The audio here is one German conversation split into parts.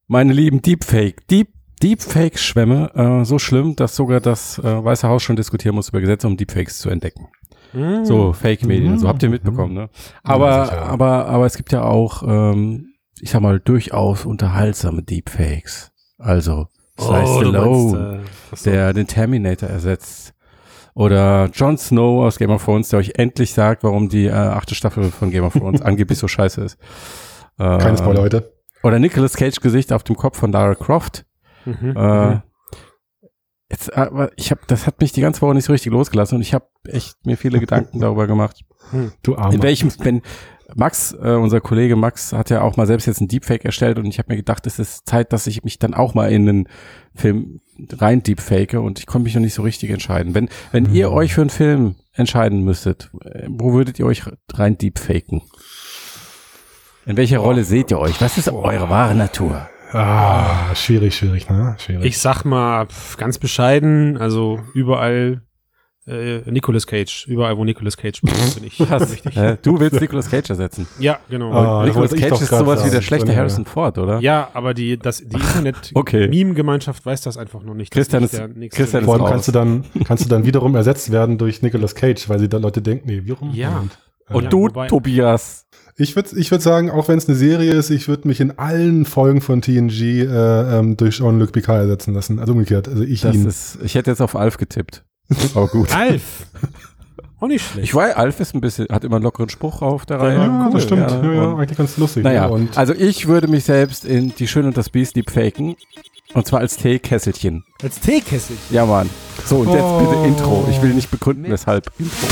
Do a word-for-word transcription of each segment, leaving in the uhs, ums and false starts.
Meine lieben Deepfake, Deep, Deepfake-Schwämme, äh, so schlimm, dass sogar das äh, Weiße Haus schon diskutieren muss über Gesetze, um Deepfakes zu entdecken. Mm. So Fake-Medien, mm. so habt ihr mitbekommen, ne? Aber, ja, aber, aber es gibt ja auch, ähm, ich sag mal, durchaus unterhaltsame Deepfakes. Also, Sly oh, Stallone, meinst, äh, der den Terminator ersetzt. Oder Jon Snow aus Game of Thrones, der euch endlich sagt, warum die äh, achte Staffel von Game of Thrones angeblich so scheiße ist. Äh, Keine Spoiler heute. Oder Nicolas Cage Gesicht auf dem Kopf von Lara Croft. Mhm, äh, jetzt, aber ich habe, das hat mich die ganze Woche nicht so richtig losgelassen und ich habe echt mir viele Gedanken darüber gemacht. Du Armer. In welchem, wenn Max, äh, unser Kollege Max, hat ja auch mal selbst jetzt einen Deepfake erstellt und ich habe mir gedacht, es ist Zeit, dass ich mich dann auch mal in einen Film rein deepfake und ich konnte mich noch nicht so richtig entscheiden. Wenn, wenn mhm. ihr euch für einen Film entscheiden müsstet, wo würdet ihr euch rein deepfaken? In welcher oh. Rolle seht ihr euch? Was ist eure wahre Natur? Ah, schwierig, schwierig, ne? Schwierig. Ich sag mal ganz bescheiden, also überall äh, Nicolas Cage, überall wo Nicolas Cage bin, bin ich. Was? Äh, du willst Nicolas Cage ersetzen? Ja, genau. Oh, Nicolas Cage ist sowas wie der schlechte Harrison Ford, oder? Ja, aber die, das, die Internet-Meme-Gemeinschaft weiß das einfach noch nicht. Christian ist, Christian ist Vor allem kannst du dann, kannst du dann wiederum ersetzt werden durch Nicolas Cage, weil sie da Leute denken, nee, wie rum? Ja. Und, äh, Und ja, du, wobei, Tobias? Ich würde ich würd sagen, auch wenn es eine Serie ist, ich würde mich in allen Folgen von T N G äh, ähm, durch Jean-Luc Picard ersetzen lassen. Also umgekehrt. Also ich das ihn. Ist, ich hätte jetzt auf Alf getippt. Oh gut. Alf? Auch nicht schlecht. Ich weiß, Alf ist ein bisschen, hat immer einen lockeren Spruch auf der Reihe. Ja, cool, das stimmt. Ja, ja, ja, eigentlich ganz lustig. Naja, ja, und also ich würde mich selbst in Die Schöne und das Biest deepfaken. Und zwar als Teekesselchen. Als Teekesselchen? Ja, Mann. So, und jetzt oh. bitte Intro. Ich will nicht begründen, weshalb. Intro.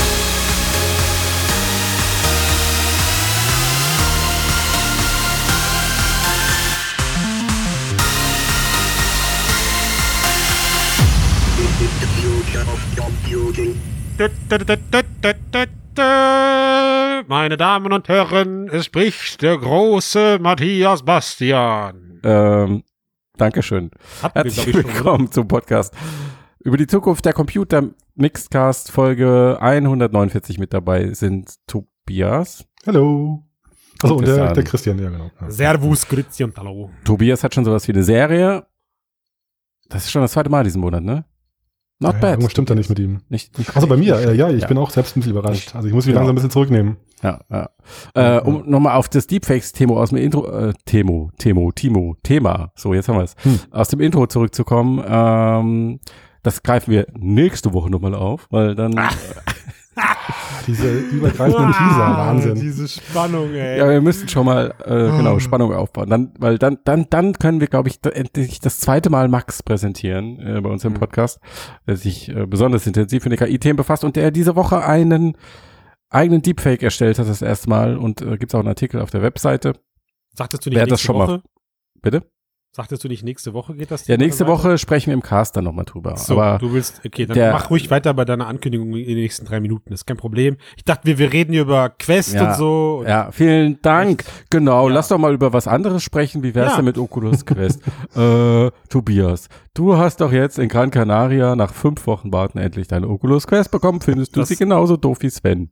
Meine Damen und Herren, es spricht der große Matthias Bastian. Ähm, Dankeschön. Hatten Herzlich wir, willkommen schon, oder? zum Podcast über die Zukunft der Computer. Mixedcast Folge hundertneunundvierzig mit dabei sind Tobias. Hallo. Achso, und, und der, der Christian, ja genau. Ja. Servus, Christian, hallo. Tobias hat schon sowas wie eine Serie. Das ist schon das zweite Mal diesen Monat, ne? Not ja, bad. Irgendwas stimmt da nicht mit ihm. Nicht, nicht Achso, bei mir, äh, ja, ich ja. bin auch selbst ein bisschen überrascht. Also ich muss mich genau. langsam ein bisschen zurücknehmen. Ja, ja. Äh, um nochmal auf das Deepfakes-Thema aus dem Intro, äh, Temo, Temo, Timo, Thema, so jetzt haben wir es, hm. aus dem Intro zurückzukommen, ähm, das greifen wir nächste Woche nochmal auf, weil dann... Diese übergreifenden Teaser, Wahnsinn. Diese Spannung, ey. Ja, wir müssen schon mal, äh, genau, Spannung aufbauen. Dann, weil dann, dann, dann können wir, glaube ich, da, endlich das zweite Mal Max präsentieren äh, bei uns im Podcast, der sich äh, besonders intensiv mit den K I-Themen befasst und der diese Woche einen eigenen Deepfake erstellt hat, das erste Mal. Und äh, gibt es auch einen Artikel auf der Webseite. Sagtest du nicht Wer nächste das schon Woche? Mal, bitte? Sagtest du nicht, nächste Woche geht das? Ja, nächste weiter? Woche sprechen wir im Cast dann nochmal drüber. So, aber du willst, okay, dann der, mach ruhig weiter bei deiner Ankündigung in den nächsten drei Minuten, das ist kein Problem. Ich dachte, wir, wir reden hier über Quest ja, und so. Und ja, vielen Dank. Echt? Genau, ja. Lass doch mal über was anderes sprechen. Wie wär's ja. denn mit Oculus Quest? äh, Tobias, du hast doch jetzt in Gran Canaria nach fünf Wochen warten endlich deine Oculus Quest bekommen. Findest du das sie genauso doof wie Sven?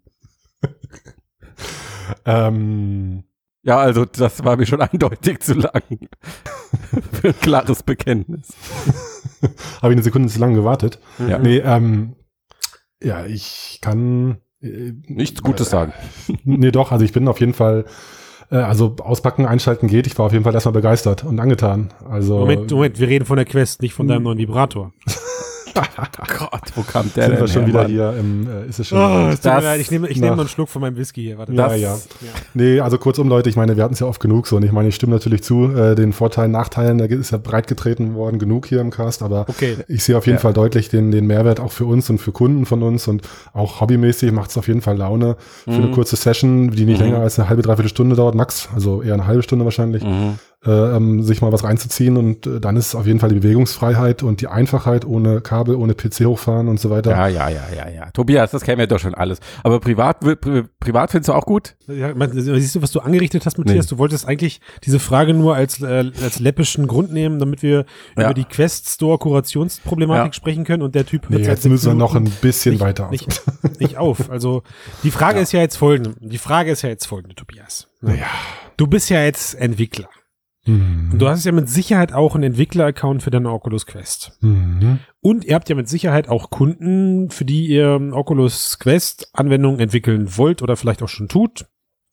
ähm... Ja, also das war mir schon eindeutig zu lang. Für ein klares Bekenntnis. Habe ich eine Sekunde zu lange gewartet. Ja. Nee, ähm, ja, ich kann äh, nichts Gutes äh, sagen. Nee, doch, also ich bin auf jeden Fall, äh, also auspacken, einschalten geht. Ich war auf jeden Fall erstmal begeistert und angetan. Also Moment, Moment, wir reden von der Quest, nicht von deinem neuen Vibrator. Gott, wo kam der sind denn wir schon her, wieder Mann? hier im, äh, ist es schon. Oh, das, das, ich nehme ich nehm mal einen Schluck von meinem Whisky hier. Warte. Ja, Das, ja, ja. Nee, also kurzum, Leute, ich meine, wir hatten es ja oft genug so. Und ich meine, ich stimme natürlich zu, äh, den Vorteilen, Nachteilen, da ist ja breit getreten worden, genug hier im Cast. Aber okay. ich sehe auf jeden ja. Fall deutlich den, den Mehrwert auch für uns und für Kunden von uns. Und auch hobbymäßig macht es auf jeden Fall Laune für mhm. eine kurze Session, die nicht mhm. länger als eine halbe, dreiviertel Stunde dauert, max. Also eher eine halbe Stunde wahrscheinlich. Mhm. Äh, ähm, sich mal was reinzuziehen und äh, dann ist auf jeden Fall die Bewegungsfreiheit und die Einfachheit ohne Kabel, ohne P C hochfahren und so weiter. Ja, ja, ja, ja, ja. Tobias, das kennen wir doch schon alles. Aber privat, pri, privat findest du auch gut? Ja, man, siehst du, was du angerichtet hast, Matthias? Nee. Du wolltest eigentlich diese Frage nur als, äh, als läppischen Grund nehmen, damit wir ja. über die Quest Store Kurationsproblematik ja. sprechen können und der Typ nee, jetzt müssen wir noch ein bisschen nicht, weiter nicht, nicht auf. Also die Frage ja. ist ja jetzt folgende. Die Frage ist ja jetzt folgende, Tobias. Naja. Du bist ja jetzt Entwickler. Mhm. Und du hast ja mit Sicherheit auch einen Entwickler-Account für deine Oculus Quest. Mhm. Und ihr habt ja mit Sicherheit auch Kunden, für die ihr Oculus Quest Anwendungen entwickeln wollt oder vielleicht auch schon tut.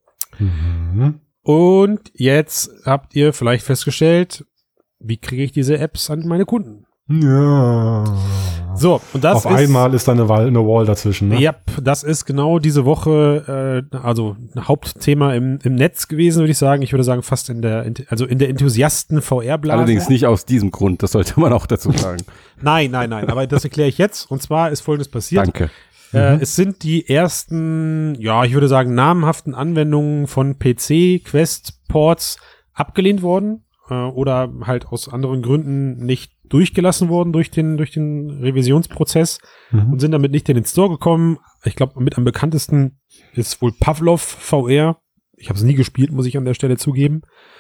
Mhm. Und jetzt habt ihr vielleicht festgestellt, wie kriege ich diese Apps an meine Kunden? Ja. So, und das Auf ist, einmal ist da eine Wall, eine Wall dazwischen, ne? Ja, das ist genau diese Woche, äh, also ein Hauptthema im, im Netz gewesen, würde ich sagen. Ich würde sagen, fast in der, also in der Enthusiasten-V R-Blase. Allerdings nicht aus diesem Grund, das sollte man auch dazu sagen. Nein, nein, nein, aber das erkläre ich jetzt. Und zwar ist Folgendes passiert. Danke. Äh, Mhm. Es sind die ersten, ja, ich würde sagen, namhaften Anwendungen von P C-Quest-Ports abgelehnt worden äh, oder halt aus anderen Gründen nicht durchgelassen worden durch den, durch den Revisionsprozess Mhm. und sind damit nicht in den Store gekommen. Ich glaube, mit am bekanntesten ist wohl Pavlov V R. Ich habe es nie gespielt, muss ich an der Stelle zugeben.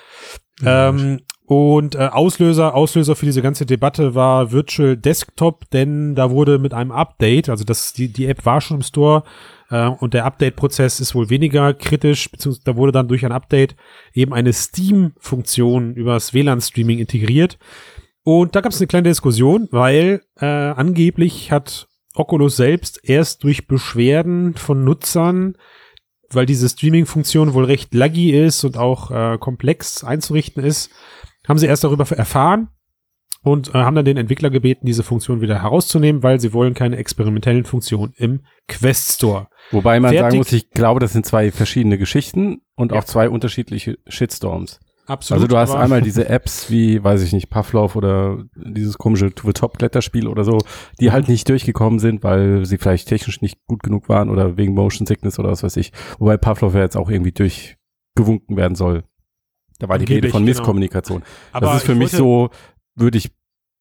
Ähm, und äh, Auslöser, Auslöser für diese ganze Debatte war Virtual Desktop, denn da wurde mit einem Update, also das, die, die App war schon im Store äh, und der Update-Prozess ist wohl weniger kritisch, beziehungsweise da wurde dann durch ein Update eben eine Steam-Funktion übers W L A N-Streaming integriert. Und da gab es eine kleine Diskussion, weil äh, angeblich hat Oculus selbst erst durch Beschwerden von Nutzern, weil diese Streaming-Funktion wohl recht laggy ist und auch äh, komplex einzurichten ist, haben sie erst darüber erfahren und äh, haben dann den Entwickler gebeten, diese Funktion wieder herauszunehmen, weil sie wollen keine experimentellen Funktionen im Quest Store. Wobei man Fertig. sagen muss, ich glaube, das sind zwei verschiedene Geschichten und Ja. auch zwei unterschiedliche Shitstorms. Absolut. Also du hast aber- einmal diese Apps wie, weiß ich nicht, Pavlov oder dieses komische To-the-Top-Kletterspiel oder so, die halt nicht durchgekommen sind, weil sie vielleicht technisch nicht gut genug waren oder wegen Motion Sickness oder was weiß ich. Wobei Pavlov ja jetzt auch irgendwie durchgewunken werden soll. Da war die Rede Angeblich, von genau. Misskommunikation. aber das ist für ich mich wollte- so, würde ich,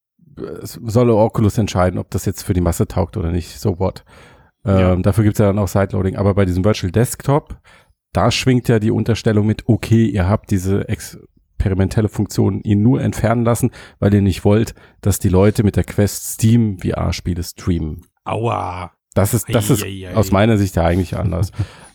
es soll Oculus entscheiden, ob das jetzt für die Masse taugt oder nicht. So what. Ähm, Ja. Dafür gibt's ja dann auch Sideloading. Aber bei diesem Virtual Desktop, da schwingt ja die Unterstellung mit, okay, ihr habt diese experimentelle Funktion ihn nur entfernen lassen, weil ihr nicht wollt, dass die Leute mit der Quest Steam V R-Spiele streamen. Aua. Das ist, das ist Eieiei. aus meiner Sicht ja eigentlich anders.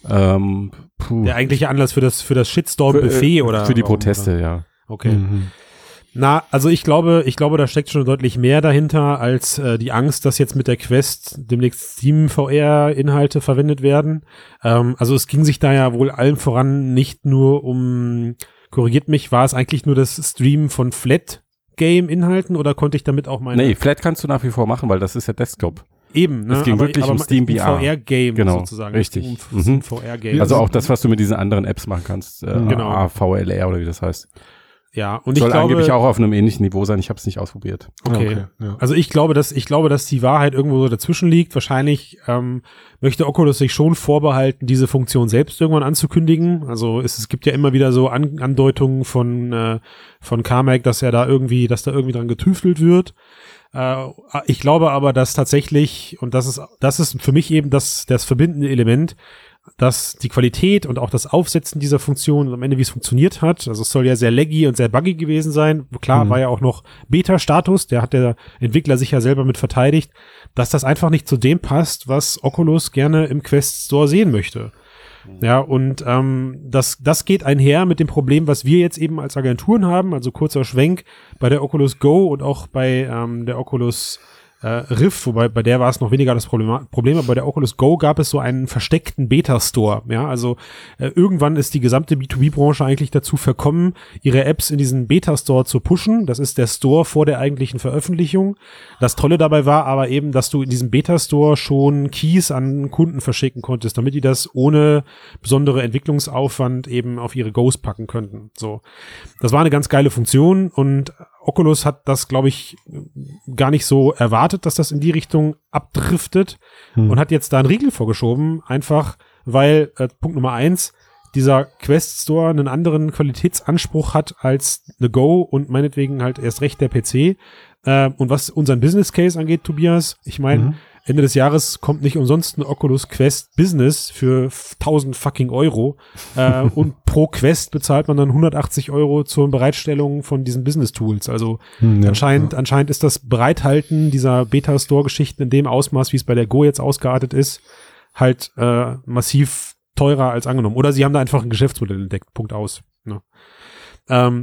ähm, puh. Der eigentliche Anlass für das, für das Für, Shitstorm-Buffet äh, oder? Für die warum, Proteste, oder? ja. Okay. Mhm. Na, also ich glaube, ich glaube, da steckt schon deutlich mehr dahinter als äh, die Angst, dass jetzt mit der Quest demnächst Steam V R-Inhalte verwendet werden. Ähm, also es ging sich da ja wohl allem voran nicht nur um, korrigiert mich, war es eigentlich nur das Streamen von Flat-Game-Inhalten oder konnte ich damit auch meine... Nee, Flat kannst du nach wie vor machen, weil das ist ja Desktop. Eben, ne? Es ging wirklich um Steam ein V R. V R-Game Genau, sozusagen. richtig. Um, Mhm. ein V R-Game. Also auch das, was du mit diesen anderen Apps machen kannst. Äh, Genau. A V L R oder wie das heißt. Ja, und Soll ich glaube... angeblich auch auf einem ähnlichen Niveau sein. Ich habe es nicht ausprobiert. Okay. Okay, ja. Also ich glaube, dass ich glaube, dass die Wahrheit irgendwo so dazwischen liegt. Wahrscheinlich ähm, möchte Oculus sich schon vorbehalten, diese Funktion selbst irgendwann anzukündigen. Also es, es gibt ja immer wieder so An Andeutungen von äh, von Carmack, dass er da irgendwie, dass da irgendwie dran getüftelt wird. Äh, ich glaube aber, dass tatsächlich, und das ist das ist für mich eben das das verbindende Element, dass die Qualität und auch das Aufsetzen dieser Funktion und am Ende, wie es funktioniert hat, also es soll ja sehr laggy und sehr buggy gewesen sein. Klar, Mhm. war ja auch noch Beta-Status, der hat der Entwickler sich ja selber mit verteidigt, dass das einfach nicht zu dem passt, was Oculus gerne im Quest Store sehen möchte. Ja, und ähm, das, das geht einher mit dem Problem, was wir jetzt eben als Agenturen haben, also kurzer Schwenk bei der Oculus Go und auch bei ähm, der Oculus äh, Rift, wobei bei der war es noch weniger das Problem, Problem, aber bei der Oculus Go gab es so einen versteckten Beta-Store, ja, also äh, irgendwann ist die gesamte B zwei B-Branche eigentlich dazu verkommen, ihre Apps in diesen Beta-Store zu pushen, das ist der Store vor der eigentlichen Veröffentlichung. Das Tolle dabei war aber eben, dass du in diesem Beta-Store schon Keys an Kunden verschicken konntest, damit die das ohne besondere Entwicklungsaufwand eben auf ihre Go's packen könnten, so. Das war eine ganz geile Funktion und Oculus hat das, glaube ich, gar nicht so erwartet, dass das in die Richtung abdriftet Hm. und hat jetzt da einen Riegel vorgeschoben, einfach weil, äh, Punkt Nummer eins, dieser Quest Store einen anderen Qualitätsanspruch hat als eine Go und meinetwegen halt erst recht der P C. Äh, und was unseren Business Case angeht, Tobias, ich meine, Mhm. Ende des Jahres kommt nicht umsonst ein Oculus Quest Business für tausend fucking Euro. Äh, und pro Quest bezahlt man dann hundertachtzig Euro zur Bereitstellung von diesen Business Tools. Also Hm, ja, anscheinend, ja. anscheinend ist das Bereithalten dieser Beta-Store-Geschichten in dem Ausmaß, wie es bei der Go jetzt ausgeartet ist, halt äh, massiv teurer als angenommen. Oder sie haben da einfach ein Geschäftsmodell entdeckt. Punkt aus. Ne? Ähm,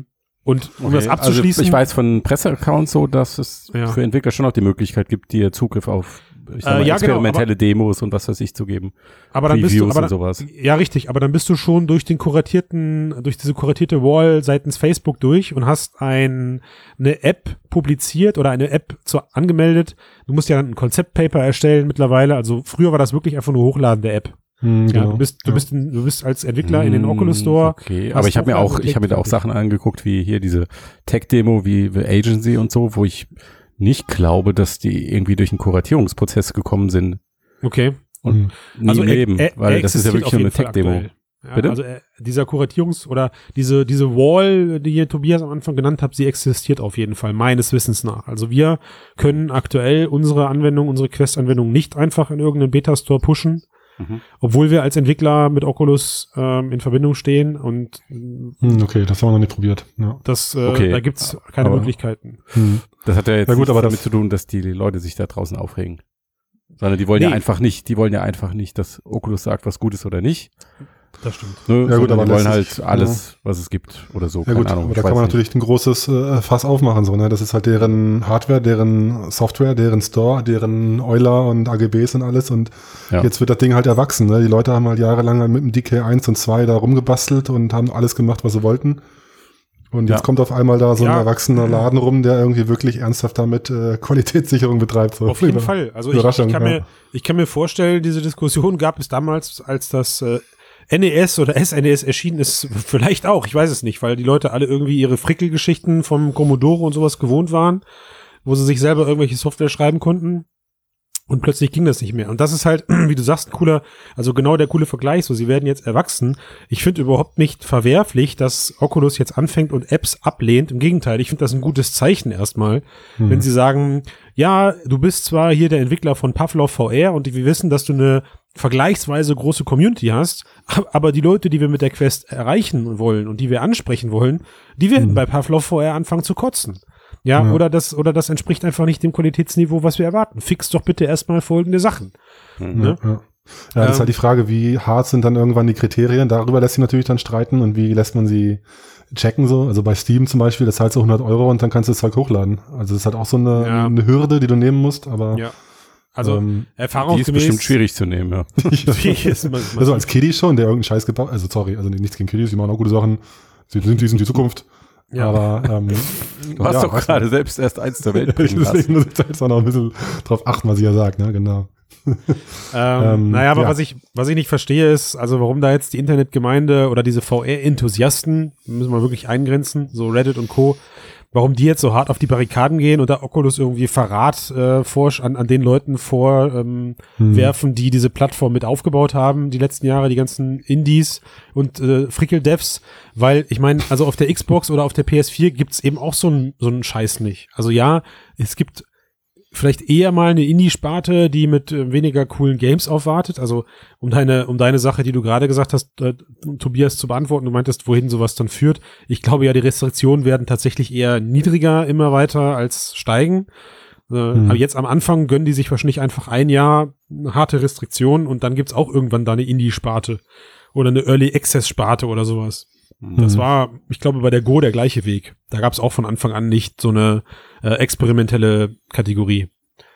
Und um okay. das abzuschließen. Also ich weiß von Presseaccounts so, dass es ja. für Entwickler schon auch die Möglichkeit gibt, dir Zugriff auf ich sag mal, äh, ja, experimentelle genau, Demos und was weiß ich zu geben. Aber dann bist du, aber und sowas. Ja, richtig, aber dann bist du schon durch den kuratierten, durch diese kuratierte Wall seitens Facebook durch und hast ein, eine App publiziert oder eine App zu, angemeldet. Du musst ja dann ein Konzeptpaper erstellen mittlerweile. Also früher war das wirklich einfach nur Hochladen der App. Hm, ja, genau. du bist, du ja. bist, in, du bist als Entwickler in den Oculus Store. Okay, aber ich habe mir auch, ich habe mir da auch Sachen angeguckt, wie hier diese Tech-Demo, wie The Agency und so, wo ich nicht glaube, dass die irgendwie durch einen Kuratierungsprozess gekommen sind. Okay. Und nie also im Leben, er, er, weil er das ist ja wirklich nur eine Tech-Demo. Ja, also äh, dieser Kuratierungs- oder diese diese Wall, die ihr Tobias am Anfang genannt habt, sie existiert auf jeden Fall, meines Wissens nach. Also wir können aktuell unsere Anwendung, unsere Quest-Anwendung nicht einfach in irgendeinen Beta-Store pushen, mhm. obwohl wir als Entwickler mit Oculus ähm, in Verbindung stehen und hm, okay, das haben wir noch nicht probiert. Ja. Das, äh, okay. Da gibt's keine aber, Möglichkeiten. Hm. Das hat ja jetzt ja, gut, nichts aber damit das zu tun, dass die Leute sich da draußen aufregen. Sondern die wollen nee. ja einfach nicht, die wollen ja einfach nicht, dass Oculus sagt, was gut ist oder nicht. Das stimmt. Ne? Ja gut, aber die wollen halt sich, alles, ja. was es gibt oder so. Ja Keine gut, Ahnung, aber da kann man nicht. natürlich ein großes äh, Fass aufmachen. So, ne? Das ist halt deren Hardware, deren Software, deren Store, deren Euler und A G Bs und alles. Und ja. jetzt wird das Ding halt erwachsen. Ne? Die Leute haben halt jahrelang mit dem D K eins und zwei da rumgebastelt und haben alles gemacht, was sie wollten. Und jetzt ja. kommt auf einmal da so ja. ein erwachsener Laden rum, der irgendwie wirklich ernsthaft damit äh, Qualitätssicherung betreibt. So. Auf jeden Fall. Also ich, ich, kann ja. mir, ich kann mir vorstellen, diese Diskussion gab es damals, als das äh, N E S oder S N E S erschienen ist, vielleicht auch, ich weiß es nicht, weil die Leute alle irgendwie ihre Frickelgeschichten vom Commodore und sowas gewohnt waren, wo sie sich selber irgendwelche Software schreiben konnten. Und plötzlich ging das nicht mehr. Und das ist halt, wie du sagst, ein cooler, also genau der coole Vergleich. So, sie werden jetzt erwachsen. Ich finde überhaupt nicht verwerflich, dass Oculus jetzt anfängt und Apps ablehnt. Im Gegenteil, ich finde das ein gutes Zeichen erstmal, mhm. wenn sie sagen, ja, du bist zwar hier der Entwickler von Pavlov V R und wir wissen, dass du eine vergleichsweise große Community hast, aber die Leute, die wir mit der Quest erreichen wollen und die wir ansprechen wollen, die werden mhm. bei Pavlov V R anfangen zu kotzen. Ja, ja, oder das, oder das entspricht einfach nicht dem Qualitätsniveau, was wir erwarten. Fix doch bitte erstmal folgende Sachen. Mhm. Ne? Ja, ja. ja, das ähm, ist halt die Frage, wie hart sind dann irgendwann die Kriterien? Darüber lässt sich natürlich dann streiten und wie lässt man sie checken so? Also bei Steam zum Beispiel, das zahlst du hundert Euro und dann kannst du es halt hochladen. Also das ist halt auch so eine, ja. eine Hürde, die du nehmen musst, aber ja. Also ähm, erfahrungsgemäß. Die ist bestimmt schwierig zu nehmen, ja. Also als Kiddie schon, der irgendeinen Scheiß gebaut, also sorry, also nichts gegen Kiddies, die machen auch gute Sachen, sie sind, die sind die Zukunft. Ja. Aber ähm, du hast ja, doch gerade selbst erst eins der Welt bringen lassen. Deswegen muss ich da jetzt auch noch ein bisschen drauf achten, was ich ja sage, ne, genau. ähm, ähm, naja, aber ja. was ich was ich nicht verstehe ist, also warum da jetzt die Internetgemeinde oder diese V R-Enthusiasten, müssen wir wirklich eingrenzen, so Reddit und Co., warum die jetzt so hart auf die Barrikaden gehen und da Oculus irgendwie Verrat äh, vor, an, an den Leuten vorwerfen, ähm, hm. die diese Plattform mit aufgebaut haben, die letzten Jahre, die ganzen Indies und äh, Frickel-Devs, weil ich meine, also auf der Xbox oder auf der P S vier gibt's eben auch so einen so einen Scheiß nicht. Also ja, es gibt vielleicht eher mal eine Indie-Sparte, die mit äh, weniger coolen Games aufwartet. Also um deine um deine Sache, die du gerade gesagt hast, äh, Tobias, zu beantworten, du meintest, wohin sowas dann führt. Ich glaube ja, die Restriktionen werden tatsächlich eher niedriger immer weiter als steigen. Äh, hm. Aber jetzt am Anfang gönnen die sich wahrscheinlich einfach ein Jahr harte Restriktionen und dann gibt's auch irgendwann da eine Indie-Sparte oder eine Early-Access-Sparte oder sowas. Das war, ich glaube, bei der Go der gleiche Weg. Da gab es auch von Anfang an nicht so eine äh, experimentelle Kategorie.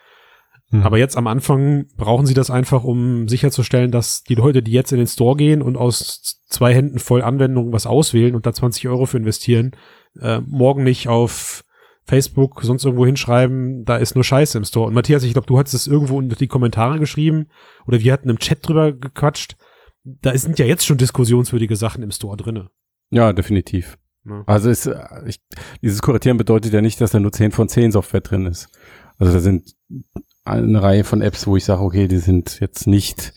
Mhm. Aber jetzt am Anfang brauchen sie das einfach, um sicherzustellen, dass die Leute, die jetzt in den Store gehen und aus zwei Händen voll Anwendungen was auswählen und da zwanzig Euro für investieren, äh, morgen nicht auf Facebook sonst irgendwo hinschreiben, da ist nur Scheiße im Store. Und Matthias, ich glaube, du hattest es irgendwo unter die Kommentare geschrieben oder wir hatten im Chat drüber gequatscht. Da sind ja jetzt schon diskussionswürdige Sachen im Store drinne. Ja, definitiv. Ja. Also ist, ich, dieses Kuratieren bedeutet ja nicht, dass da nur zehn von zehn Software drin ist. Also da sind eine Reihe von Apps, wo ich sage, okay, die sind jetzt nicht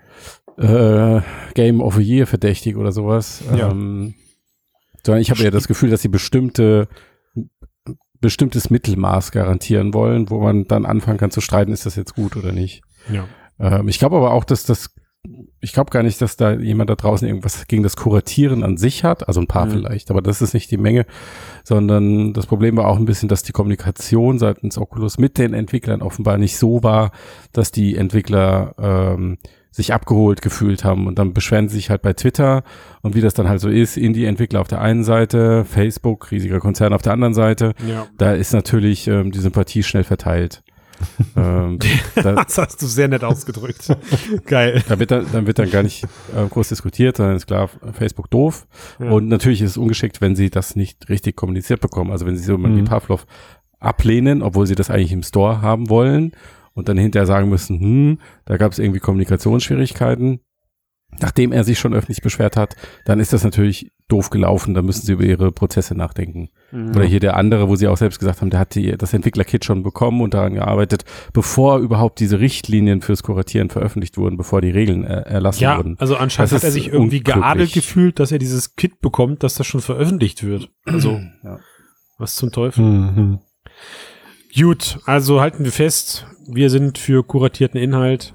äh, Game of the Year verdächtig oder sowas. Ja. Ähm, sondern ich habe ja das Gefühl, dass sie bestimmte bestimmtes Mittelmaß garantieren wollen, wo man dann anfangen kann zu streiten, ist das jetzt gut oder nicht. Ja. Ähm, ich glaube aber auch, dass das Ich glaube gar nicht, dass da jemand da draußen irgendwas gegen das Kuratieren an sich hat, also ein paar mhm. vielleicht, aber das ist nicht die Menge, sondern das Problem war auch ein bisschen, dass die Kommunikation seitens Oculus mit den Entwicklern offenbar nicht so war, dass die Entwickler ähm, sich abgeholt gefühlt haben und dann beschweren sie sich halt bei Twitter und wie das dann halt so ist, Indie-Entwickler auf der einen Seite, Facebook, riesiger Konzern auf der anderen Seite, ja. da ist natürlich ähm, die Sympathie schnell verteilt. ähm, da, das hast du sehr nett ausgedrückt. Geil. Da wird dann, dann wird dann gar nicht äh, groß diskutiert, sondern ist klar, Facebook doof. Ja. Und natürlich ist es ungeschickt, wenn sie das nicht richtig kommuniziert bekommen. Also wenn sie so Mhm. wie Pavlov ablehnen, obwohl sie das eigentlich im Store haben wollen und dann hinterher sagen müssen, hm, da gab es irgendwie Kommunikationsschwierigkeiten. Nachdem er sich schon öffentlich beschwert hat, dann ist das natürlich doof gelaufen, da müssen sie über ihre Prozesse nachdenken. Mhm. Oder hier der andere, wo sie auch selbst gesagt haben, der hat die, das Entwicklerkit schon bekommen und daran gearbeitet, bevor überhaupt diese Richtlinien fürs Kuratieren veröffentlicht wurden, bevor die Regeln äh, erlassen Ja, wurden. also anscheinend Das hat er ist sich irgendwie unglücklich. geadelt gefühlt, dass er dieses Kit bekommt, dass das schon veröffentlicht wird. Also, Ja. was zum Teufel. Mhm. Gut, also halten wir fest, wir sind für kuratierten Inhalt.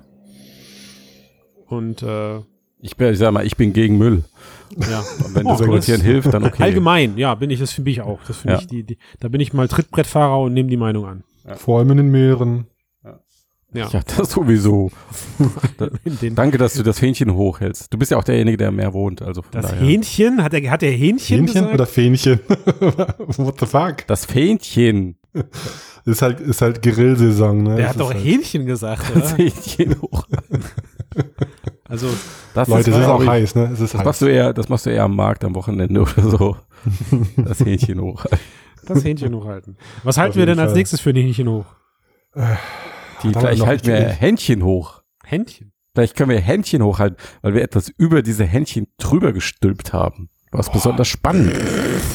Und äh, Ich, bin, ich sag mal, ich bin gegen Müll. ja. Und wenn Oh, das Kuratieren das- hilft, dann okay. Allgemein, ja, bin ich, das finde ich auch. Das finde Ja. ich die, die, da bin ich mal Trittbrettfahrer und nehme die Meinung an. Vor allem in den Meeren. Ja. Ja, das sowieso. In den, Danke, dass du das Hähnchen hochhältst. Du bist ja auch derjenige, der mehr wohnt. Also von das daher. Hähnchen? Hat er, hat er Hähnchen, Hähnchen gesagt? oder Fähnchen? What the fuck? Das Fähnchen. Ist halt, ist halt Grillsaison, ne? Der Das hat ist doch halt, Hähnchen gesagt, Das oder? Hähnchen hoch. Also, Das Leute, es ist glaub auch ich, heiß, ne? Es ist Das heiß. machst du eher, das machst du eher am Markt am Wochenende oder so. Das Hähnchen hoch. das Hähnchen hochhalten. Was halten Auf wir denn jeden als Fall. nächstes für ein Hähnchen hoch? Die, Hat aber vielleicht noch halten nicht wir gelegt. Händchen hoch. Händchen? Vielleicht können wir Händchen hochhalten, weil wir etwas über diese Händchen drüber gestülpt haben. Was besonders spannend ist.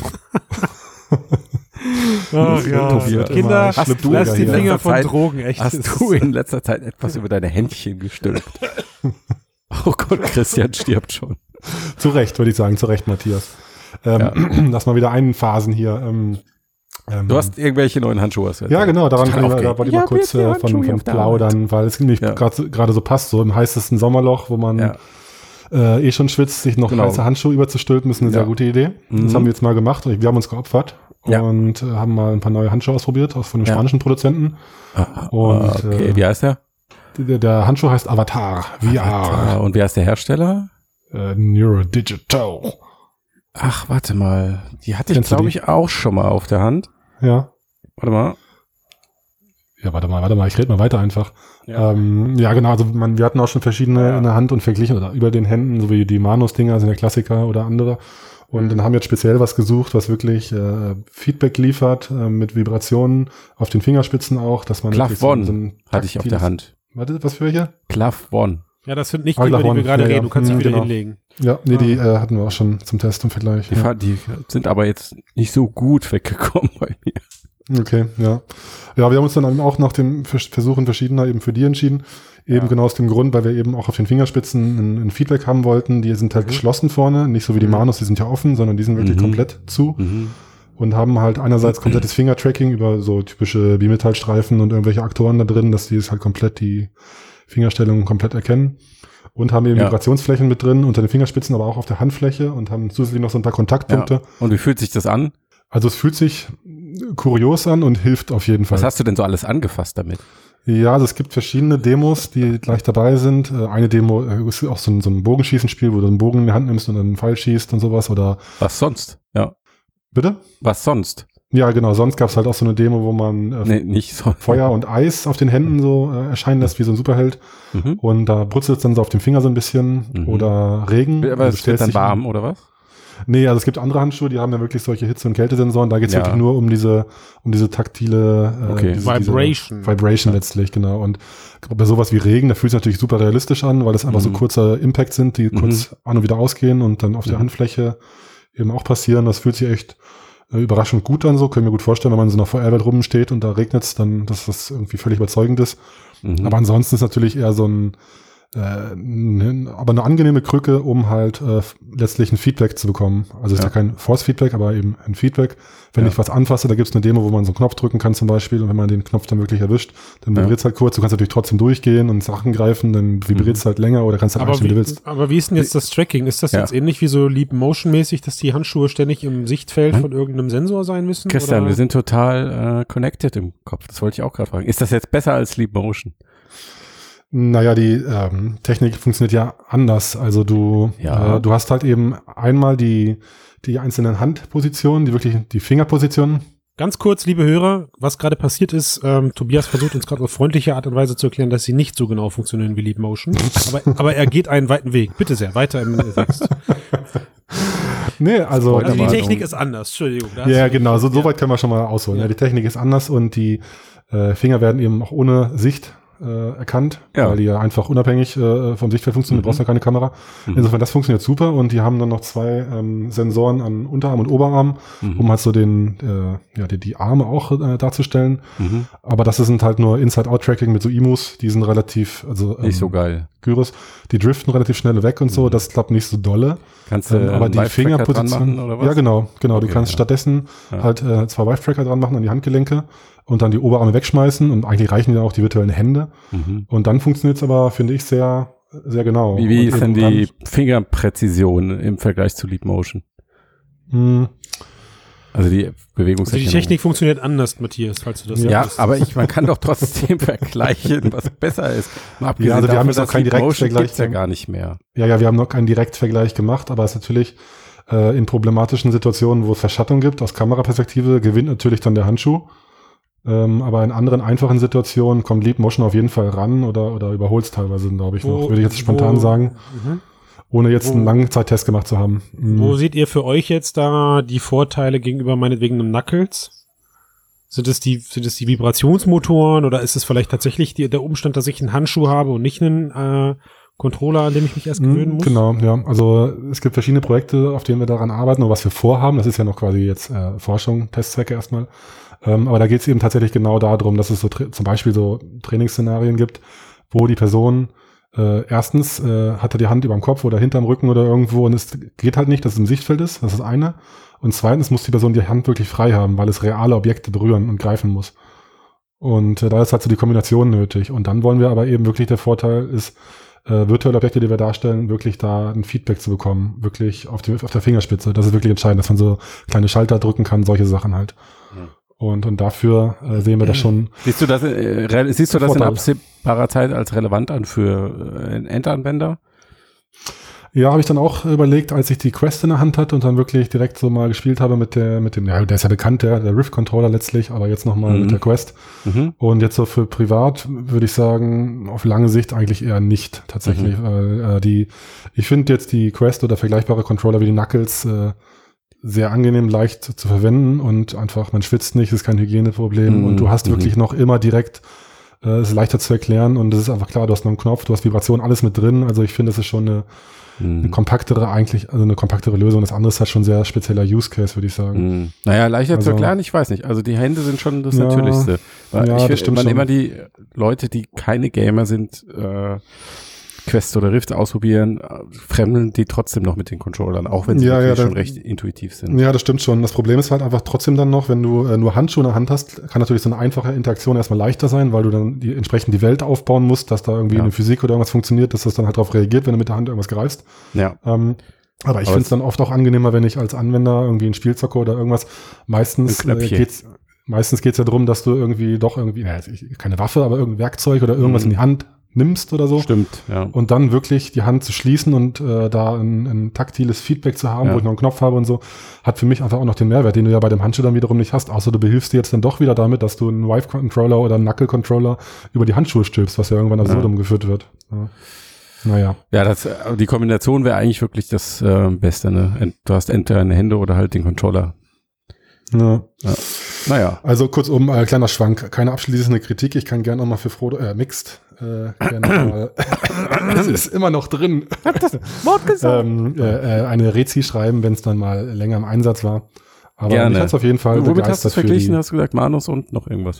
Ach ja, Tobias, Kinder, immer hast du lasst die in Finger letzter von Zeit- Drogen, echt. Das Hast du ist- in letzter Zeit etwas über deine Händchen gestülpt? Oh Gott, Christian stirbt schon. Zu Recht, würde ich sagen. Zu Recht, Matthias. Ähm, Lass mal wieder einen Phasen hier. Ähm, ähm, Du hast irgendwelche neuen Handschuhe. hast du ja, erzählt. genau, daran Total kann ich, mal- da aufgeregt. wollte ich Ja, mal kurz bitte, äh, Handschuhe von, auf von der plaudern, weil es nämlich Ja. gerade gerade so passt, so im heißesten Sommerloch, wo man Ja. äh, eh schon schwitzt, sich noch Genau. heiße Handschuhe überzustülpen, ist eine Ja. sehr gute Idee. Mhm. Das haben wir jetzt mal gemacht. Wir haben uns geopfert Ja. und äh, haben mal ein paar neue Handschuhe ausprobiert, auch von einem Ja. spanischen Produzenten. Ah, Und, okay, äh, wie heißt der? Der, der Handschuh heißt Avatar, V R, Ah, und wer ist der Hersteller? äh, Neurodigital. Ach, warte mal. Die hatte ich, Kennst du glaube die? ich, auch schon mal auf der Hand. Ja. Warte mal. Ja, warte mal, warte mal, ich rede mal weiter einfach. Ja. Ähm, ja, genau, also man, wir hatten auch schon verschiedene Ja. in der Hand und verglichen oder über den Händen, so wie die Manus-Dinger sind ja Klassiker oder andere. Und dann haben wir jetzt speziell was gesucht, was wirklich äh, Feedback liefert, äh, mit Vibrationen auf den Fingerspitzen auch, dass man Clav wirklich so, One so ein Hatte ich auf der taktiles- Hand. Warte, was für welche? Clav One. Ja, das sind nicht Ah, die, über die Glavon. wir gerade Ja, ja. reden. Du kannst dich Mhm, wieder genau. hinlegen. Ja, nee, Ah. die äh, hatten wir auch schon zum Test und Vergleich. Die, Ja. Fa- die sind aber jetzt nicht so gut weggekommen bei mir. Okay, ja. Ja, wir haben uns dann eben auch nach dem Vers- Versuchen verschiedener eben für die entschieden. Eben Ja. genau aus dem Grund, weil wir eben auch auf den Fingerspitzen ein, ein Feedback haben wollten. Die sind halt Mhm. geschlossen vorne, nicht so wie die Mhm. Manus, die sind ja offen, sondern die sind wirklich Mhm. komplett zu Mhm. und haben halt einerseits komplettes Fingertracking über so typische Bimetallstreifen und irgendwelche Aktoren da drin, dass die es halt komplett die Fingerstellung komplett erkennen. Und haben eben Ja. Vibrationsflächen mit drin, unter den Fingerspitzen, aber auch auf der Handfläche und haben zusätzlich noch so ein paar Kontaktpunkte. Ja. Und wie fühlt sich das an? Also es fühlt sich kurios an und hilft auf jeden Fall. Was hast du denn so alles angefasst damit? Ja, also es gibt verschiedene Demos, die gleich dabei sind. Äh, Eine Demo äh, ist auch so ein, so ein Bogenschießenspiel, wo du einen Bogen in die Hand nimmst und dann einen Pfeil schießt und sowas. Oder Was sonst? Ja. bitte? Was sonst? Ja, genau. Sonst gab es halt auch so eine Demo, wo man äh, Nee, nicht so. Feuer und Eis auf den Händen so äh, erscheinen lässt, wie so ein Superheld. Mhm. Und da brutzelt es dann so auf dem Finger so ein bisschen. Mhm. Oder Regen. Aber Also du es wird stellst dann dich- warm, oder was? Nee, also es gibt andere Handschuhe, die haben ja wirklich solche Hitze- und Kältesensoren. Da geht es Ja. wirklich nur um diese, um diese taktile äh, Okay. diese, Vibration. Diese Vibration Ja. letztlich, genau. Und bei sowas wie Regen, da fühlt es natürlich super realistisch an, weil das einfach so Mhm. kurze Impacts sind, die Mhm. kurz an und wieder ausgehen und dann auf der Mhm. Handfläche eben auch passieren. Das fühlt sich echt äh, überraschend gut an, so können wir gut vorstellen, wenn man in so einer V R-Welt rumsteht und da regnet es, dann, dass das irgendwie völlig überzeugend ist. Mhm. Aber ansonsten ist natürlich eher so ein, äh, n- aber eine angenehme Krücke, um halt äh, letztlich ein Feedback zu bekommen. Also ist Ja. ja kein Force-Feedback, aber eben ein Feedback. Wenn Ja. ich was anfasse, da gibt es eine Demo, wo man so einen Knopf drücken kann zum Beispiel. Und wenn man den Knopf dann wirklich erwischt, dann Ja. vibriert es halt kurz. Du kannst natürlich trotzdem durchgehen und Sachen greifen, dann vibriert es halt länger oder kannst halt Aber einstellen, wie du wie, willst. aber wie ist denn jetzt das Tracking? Ist das Ja. jetzt ähnlich wie so Leap Motion-mäßig, dass die Handschuhe ständig im Sichtfeld Hm? von irgendeinem Sensor sein müssen? Christian, oder? wir sind total äh, connected im Kopf. Das wollte ich auch gerade fragen. Ist das jetzt besser als Sleep Motion? Naja, die ähm, Technik funktioniert ja anders. Also du, ja. äh, du hast halt eben einmal die, die einzelnen Handpositionen, die wirklich die Fingerpositionen. Ganz kurz, liebe Hörer, was gerade passiert ist, ähm, Tobias versucht uns gerade auf freundliche Art und Weise zu erklären, dass sie nicht so genau funktionieren wie Leap Motion. aber, aber er geht einen weiten Weg. Bitte sehr, weiter im Text. Nee, also, also die Technik ist anders, Entschuldigung. Ja, genau, so, so weit können wir schon mal ausholen. Ja. Ja, die Technik ist anders und die äh, Finger werden eben auch ohne Sicht äh, erkannt, ja. weil die ja einfach unabhängig äh, vom Sichtfeld funktionieren. Mhm. Du brauchst ja keine Kamera. Mhm. Insofern, das funktioniert super und die haben dann noch zwei ähm, Sensoren an Unterarm und Oberarm, mhm. um halt so den, äh, ja, die, die Arme auch äh, darzustellen. Mhm. Aber das sind halt nur Inside-Out-Tracking mit so I M Us, die sind relativ, also ähm, nicht so geil. Gyros, die driften relativ schnell weg und so, mhm. das klappt nicht so dolle. Kannst du ähm, aber die Fingerposition, oder was? Ja, genau, genau. Okay, du kannst ja. stattdessen ja. halt äh, zwei Vive-Tracker dran machen an die Handgelenke und dann die Oberarme wegschmeißen und eigentlich reichen ja auch die virtuellen Hände. Mhm. Und dann funktioniert es aber, finde ich, sehr, sehr genau. Wie, wie und ist denn die Fingerpräzision im Vergleich zu Leap Motion? Mh, Also die Bewegungserkennung. Also die Technik funktioniert anders, Matthias, falls du das Ja, sagst. aber ich, man kann doch trotzdem vergleichen, was besser ist. Mal abgesehen ja, also wir davon, haben jetzt auch keinen Direktvergleich. Gibt's ja gar nicht mehr. Ja, ja, wir haben noch keinen Direktvergleich gemacht, aber es ist natürlich äh, in problematischen Situationen, wo es Verschattung gibt, aus Kameraperspektive gewinnt natürlich dann der Handschuh. Ähm, aber in anderen einfachen Situationen kommt Leap Motion auf jeden Fall ran oder, oder überholt es teilweise, glaube ich, noch. Wo, Würde ich jetzt spontan wo, sagen. Mhm. Ohne jetzt wo, einen Langzeittest gemacht zu haben. Mhm. Wo seht ihr für euch jetzt da die Vorteile gegenüber meinetwegen einem Knuckles? Sind es die, sind es die Vibrationsmotoren oder ist es vielleicht tatsächlich die, der Umstand, dass ich einen Handschuh habe und nicht einen äh, Controller, an dem ich mich erst gewöhnen muss? Genau, ja. Also es gibt verschiedene Projekte, auf denen wir daran arbeiten oder was wir vorhaben. Das ist ja noch quasi jetzt äh, Forschung, Testzwecke erstmal. Ähm, aber da geht es eben tatsächlich genau darum, dass es so zum Beispiel so Trainingsszenarien gibt, wo die Person Äh, erstens äh, hat er die Hand über dem Kopf oder hinterm Rücken oder irgendwo und es geht halt nicht, dass es im Sichtfeld ist, das ist das eine. Und zweitens muss die Person die Hand wirklich frei haben, weil es reale Objekte berühren und greifen muss. Und äh, da ist halt so die Kombination nötig. Und dann wollen wir aber eben wirklich, der Vorteil ist, äh, virtuelle Objekte, die wir darstellen, wirklich da ein Feedback zu bekommen, wirklich auf, die, auf der Fingerspitze. Das ist wirklich entscheidend, dass man so kleine Schalter drücken kann, solche Sachen halt. Mhm. Und, und dafür äh, sehen wir das schon. Siehst du das, äh, siehst du das in absehbarer Zeit als relevant an für äh, Endanwender? Ja, habe ich dann auch überlegt, als ich die Quest in der Hand hatte und dann wirklich direkt so mal gespielt habe mit der, mit dem, ja, der ist ja bekannt, der, der Rift-Controller letztlich, aber jetzt nochmal mhm. mit der Quest. Mhm. Und jetzt so für privat würde ich sagen, auf lange Sicht eigentlich eher nicht tatsächlich, mhm. weil äh, die, ich finde jetzt die Quest oder vergleichbare Controller wie die Knuckles äh, sehr angenehm, leicht zu verwenden und einfach, man schwitzt nicht, ist kein Hygieneproblem mm, und du hast mm. wirklich noch immer direkt, es äh, ist leichter zu erklären und es ist einfach klar, du hast noch einen Knopf, du hast Vibration, alles mit drin, also ich finde, das ist schon eine, mm. eine kompaktere eigentlich, also eine kompaktere Lösung, das andere ist halt schon sehr spezieller Use Case, würde ich sagen. Mm. Naja, leichter also, zu erklären, ich weiß nicht, also die Hände sind schon das ja, Natürlichste. Weil ja, ich das stimmt man schon. immer die Leute, die keine Gamer sind, äh, Quest oder Rift ausprobieren, fremdeln die trotzdem noch mit den Controllern, auch wenn sie ja, ja, schon da, recht intuitiv sind. Ja, das stimmt schon. Das Problem ist halt einfach trotzdem dann noch, wenn du äh, nur Handschuhe in der Hand hast, kann natürlich so eine einfache Interaktion erstmal leichter sein, weil du dann die, entsprechend die Welt aufbauen musst, dass da irgendwie ja. eine Physik oder irgendwas funktioniert, dass das dann halt darauf reagiert, wenn du mit der Hand irgendwas greifst. Ja. Ähm, aber ich finde es dann oft auch angenehmer, wenn ich als Anwender irgendwie ein Spiel zocke oder irgendwas, meistens äh, geht's meistens geht's ja darum, dass du irgendwie doch irgendwie, naja, keine Waffe, aber irgendein Werkzeug oder irgendwas mhm. in die Hand nimmst oder so. Stimmt, ja. Und dann wirklich die Hand zu schließen und äh, da ein, ein taktiles Feedback zu haben, ja. wo ich noch einen Knopf habe und so, hat für mich einfach auch noch den Mehrwert, den du ja bei dem Handschuh dann wiederum nicht hast. Außer du behilfst dir jetzt dann doch wieder damit, dass du einen Vive-Controller oder einen Knuckle-Controller über die Handschuhe stülpst, was ja irgendwann absurdum ja. geführt wird. Ja. Naja. Ja, das, die Kombination wäre eigentlich wirklich das äh, Beste, ne? Du hast entweder eine Hände oder halt den Controller. Ja. Ja. Naja. Also kurzum, äh, kleiner Schwank, keine abschließende Kritik. Ich kann gerne noch mal für Frodo, äh, Mixed, äh, gerne mal, das ist immer noch drin, ähm, äh, eine Rezi schreiben, wenn es dann mal länger im Einsatz war. Aber gerne. mich hat es auf jeden Fall Womit hast du es verglichen? Die, hast du gesagt Manus und noch irgendwas?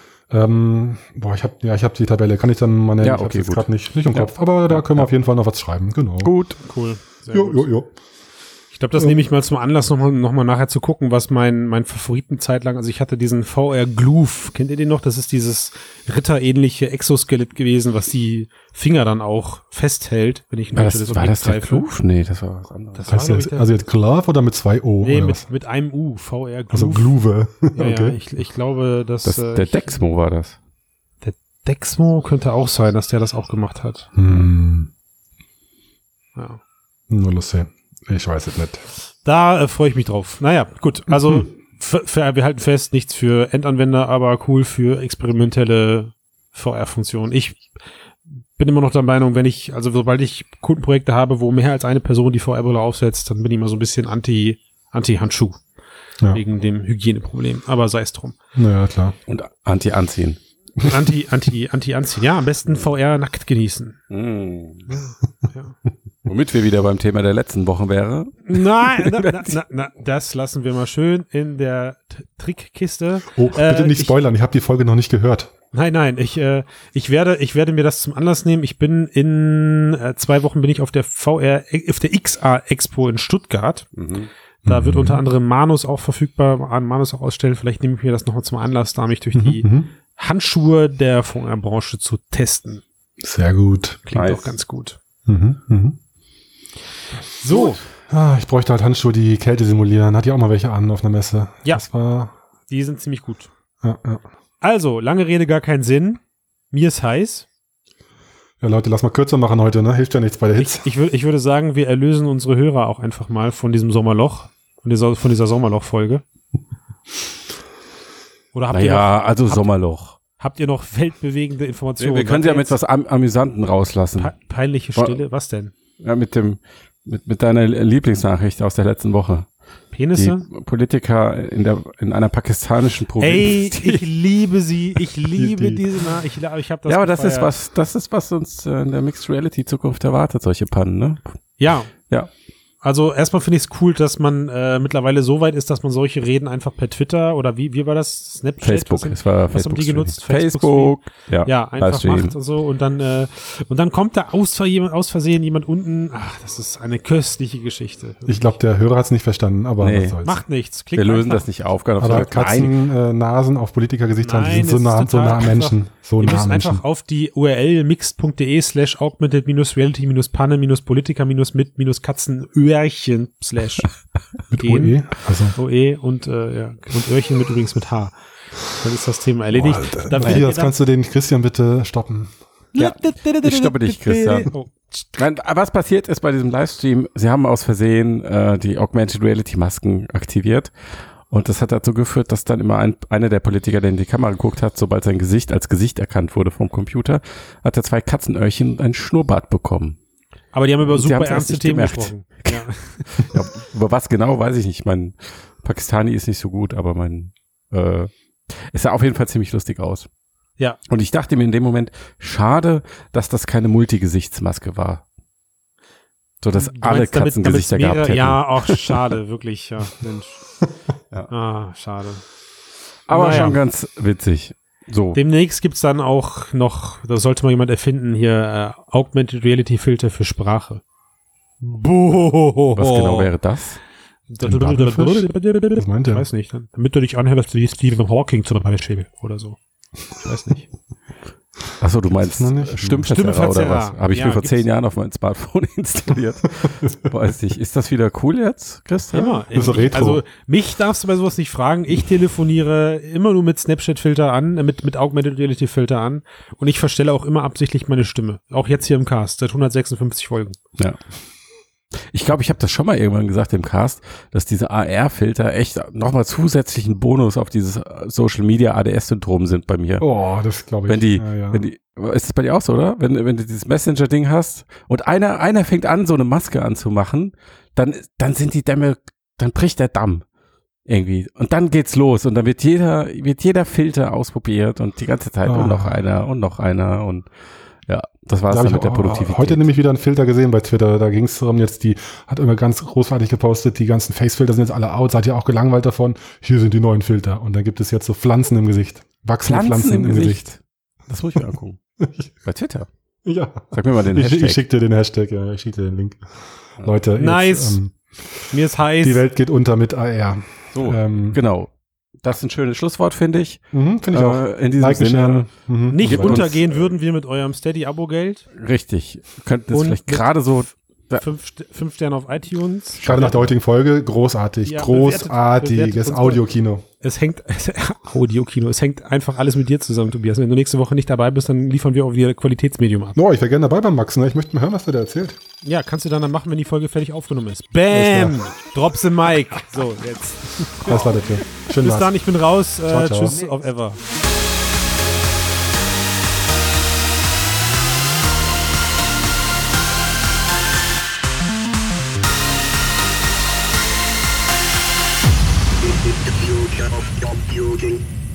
Ähm, boah, ich habe ja, ich habe die Tabelle, kann ich dann mal nennen. Ja, ich okay, habe jetzt gerade nicht, nicht im ja. Kopf, aber da ja, können wir ja. auf jeden Fall noch was schreiben, genau. Gut. Cool. Sehr jo, gut. jo, jo. Ich glaube, das nehme ich mal zum Anlass, nochmal noch mal nachher zu gucken, was mein, mein Favoritenzeit lang, also ich hatte diesen V R Glove, kennt ihr den noch? Das ist dieses ritterähnliche Exoskelett gewesen, was die Finger dann auch festhält, wenn ich ein virtuelles Objekt greife. Glove? Nee, das war was anderes. Das heißt jetzt, also jetzt Glove oder mit zwei O? Nee, oder mit, was? mit einem U, V R Glove. Also Glove. Ja, okay. ja, ich, ich glaube, dass... Das, äh, der ich, Dexmo war das. Der Dexmo könnte auch sein, dass der das auch gemacht hat. Hm. Ja. Nur lustig. Ich weiß es nicht. Da äh, freue ich mich drauf. Naja, gut. Also Mhm. für, für, wir halten fest, nichts für Endanwender, aber cool für experimentelle V R-Funktionen. Ich bin immer noch der Meinung, wenn ich, also sobald ich Kundenprojekte habe, wo mehr als eine Person die V R-Brille aufsetzt, dann bin ich immer so ein bisschen anti, anti-Handschuh. Ja. Wegen dem Hygieneproblem. Aber sei es drum. Naja, klar. Und Anti-Anziehen. Anti, anti, anti anziehen. Ja, am besten V R nackt genießen. Mm. Ja. Womit wir wieder beim Thema der letzten Woche wäre. Nein, na, na, na, na, das lassen wir mal schön in der T- Trickkiste. Oh, bitte Äh, nicht ich- spoilern. Ich habe die Folge noch nicht gehört. Nein, nein, ich, äh, ich werde, ich werde mir das zum Anlass nehmen. Ich bin in äh, zwei Wochen bin ich auf der V R, auf der X R Expo in Stuttgart. Mhm. Da wird Mhm. unter anderem Manus auch verfügbar, an Manus auch ausstellen. Vielleicht nehme ich mir das nochmal zum Anlass, da mich durch die Mhm. Handschuhe der V R-Branche zu testen. Sehr gut. Klingt Nice. auch ganz gut. Mhm. Mhm. So, Ah, ich bräuchte halt Handschuhe, die Kälte simulieren. Hat ja auch mal welche an auf einer Messe. Ja. Das war, die sind ziemlich gut. ja, ja. Also, lange Rede, gar keinen Sinn. Mir ist heiß. Ja, Leute, lass mal kürzer machen heute, ne? Hilft ja nichts bei der Hitze. Ich, ich, würd, ich würde sagen, wir erlösen unsere Hörer auch einfach mal von diesem Sommerloch, von dieser, von dieser Sommerloch-Folge. Oder habt, ihr Naja, noch, also habt- Sommerloch. habt ihr noch weltbewegende Wir, Informationen? wir können sie ja mit Jetzt was Am Amüsanten rauslassen. pe peinliche Wa- Stille, was denn? Ja, mit dem, mit, mit deiner Lieblingsnachricht aus der letzten Woche. Penisse? Die Politiker in der, in einer pakistanischen Provinz. Ey, die- ich liebe sie, ich liebe die- diese, Na ich, ich habe das ja, aber das ist gefeiert. was, das ist was uns äh, in der Mixed Reality Zukunft erwartet, solche Pannen, ne? Ja. Ja. Also erstmal finde ich es cool, dass man äh, mittlerweile so weit ist, dass man solche Reden einfach per Twitter oder wie, wie war das? Snapchat? Facebook, Was, es war was Facebook. haben die genutzt? Facebook, ja, ja, einfach Livestream. macht und so und dann äh, und dann kommt da aus, jemand, aus Versehen jemand unten. Ach, das ist eine köstliche Geschichte. Ich glaube, der Hörer hat es nicht verstanden, aber Nee. was soll's. Macht nichts. Klickt Wir lösen einfach. das nicht auf. Ganz Aber Nein, Katzen, äh, Nasen auf Politikergesicht haben, die Nein, sind so es nah, ist so nah total am Menschen. So Ihr nah müsst am Menschen. einfach auf die U R L mixed.de slash augmented minus reality minus panne minus politiker minus mit minus Katzenöhrchen slash Mit gehen. O E. Also, O E und, äh, ja, und Öhrchen mit übrigens mit H. Dann ist das Thema erledigt. Boah, Da Alter, fällt Matthias, mir kannst du den Christian bitte stoppen? Ja, ich stoppe dich, Christian. Oh. Nein, was passiert ist bei diesem Livestream, sie haben aus Versehen äh, die Augmented Reality Masken aktiviert und das hat dazu geführt, dass dann immer ein, einer der Politiker, der in die Kamera geguckt hat, sobald sein Gesicht als Gesicht erkannt wurde vom Computer, hat er zwei Katzenöhrchen und einen Schnurrbart bekommen. Aber die haben über Sie super haben's erst ernste nicht Themen gemerkt. gesprochen. Ja. Ja, über was genau, weiß ich nicht. Mein Pakistani ist nicht so gut, aber mein äh, es sah auf jeden Fall ziemlich lustig aus. Ja. Und ich dachte mir in dem Moment, schade, dass das keine Multigesichtsmaske war. So, dass Du alle meinst, damit- Katzengesichter damit's mehrere- gehabt hätten. Ja, auch schade, wirklich, ja, Mensch. Ja. Ah, schade. Aber Naja. schon ganz witzig. So. Demnächst gibt's dann auch noch, da sollte mal jemand erfinden, hier äh, Augmented Reality Filter für Sprache. Boah. Was genau wäre das? Ein Bubblefish? Was meint Ich der? weiß nicht. Dann, damit du dich anhörst wie Stephen Hawking zum Beispiel oder so. Ich weiß nicht. Achso, du meinst noch nicht? Stimmverzerrer, Stimmverzerrer. oder was? Habe ich Ja, mir vor gibt's. zehn Jahren auf mein Smartphone installiert. Weiß nicht. Ist das wieder cool jetzt, Christian? Immer. Das ist so Ich- retro. Also mich darfst du bei sowas nicht fragen. Ich telefoniere immer nur mit Snapchat-Filter an, äh, mit, mit Augmented Reality-Filter an und ich verstelle auch immer absichtlich meine Stimme. Auch jetzt hier im Cast, seit hundertsechsundfünfzig Folgen. Ja. Ich glaube, ich habe das schon mal irgendwann gesagt im Cast, dass diese A R-Filter echt nochmal zusätzlichen Bonus auf dieses Social-Media-A D S-Syndrom sind bei mir. Oh, das glaube ich. Wenn die, ja, ja. wenn die, ist das bei dir auch so, oder? Wenn, wenn du dieses Messenger-Ding hast und einer, einer fängt an, so eine Maske anzumachen, dann, dann sind die Dämme, dann bricht der Damm. Irgendwie. Und dann geht's los und dann wird jeder, wird jeder Filter ausprobiert und die ganze Zeit Ah. und noch einer und noch einer und ja, das war's Da hab dann ich mit der auch- Produktivität. Heute nämlich wieder einen Filter gesehen bei Twitter. Da ging es darum, jetzt die, hat immer ganz großartig gepostet, die ganzen Face-Filter sind jetzt alle out, seid ihr auch gelangweilt davon? Hier sind die neuen Filter. Und dann gibt es jetzt so Pflanzen im Gesicht. Wachsende Pflanzen, im Gesicht. Das muss ich mir angucken. Bei Twitter. Ja. Sag mir mal den Ich, Hashtag. ich schick dir den Hashtag, ja, ich schick dir den Link. Leute, Nice. jetzt, ähm, Mir ist heiß. die Welt geht unter mit A R. so, Ähm, genau. Das ist ein schönes Schlusswort, finde ich. mhm, Finde ich auch. Äh, in diesem Liken, Sinne, sharen. Mhm. Nicht Gebt uns- untergehen würden wir mit eurem Steady-Abo-Geld. richtig. Könnten es Und vielleicht mit- gerade so, Ja. Fünf, St- fünf Sterne auf iTunes. Gerade nach der heutigen Folge, großartig. Ja, Großartiges bewertet- bewertet uns Audiokino. es hängt, Audiokino, es hängt einfach alles mit dir zusammen, Tobias. Wenn du nächste Woche nicht dabei bist, dann liefern wir auch wieder Qualitätsmedium ab. No, ich wäre gerne dabei beim Max, ne? Ich möchte mal hören, was der da erzählt. Ja, kannst du dann, dann machen, wenn die Folge fertig aufgenommen ist. Bam! Drops the mic. So, jetzt. Das war der Tür. Schön Bis war's. dann, ich bin raus. Äh, Ciao, ciao. Tschüss, auf ever. The future of computing.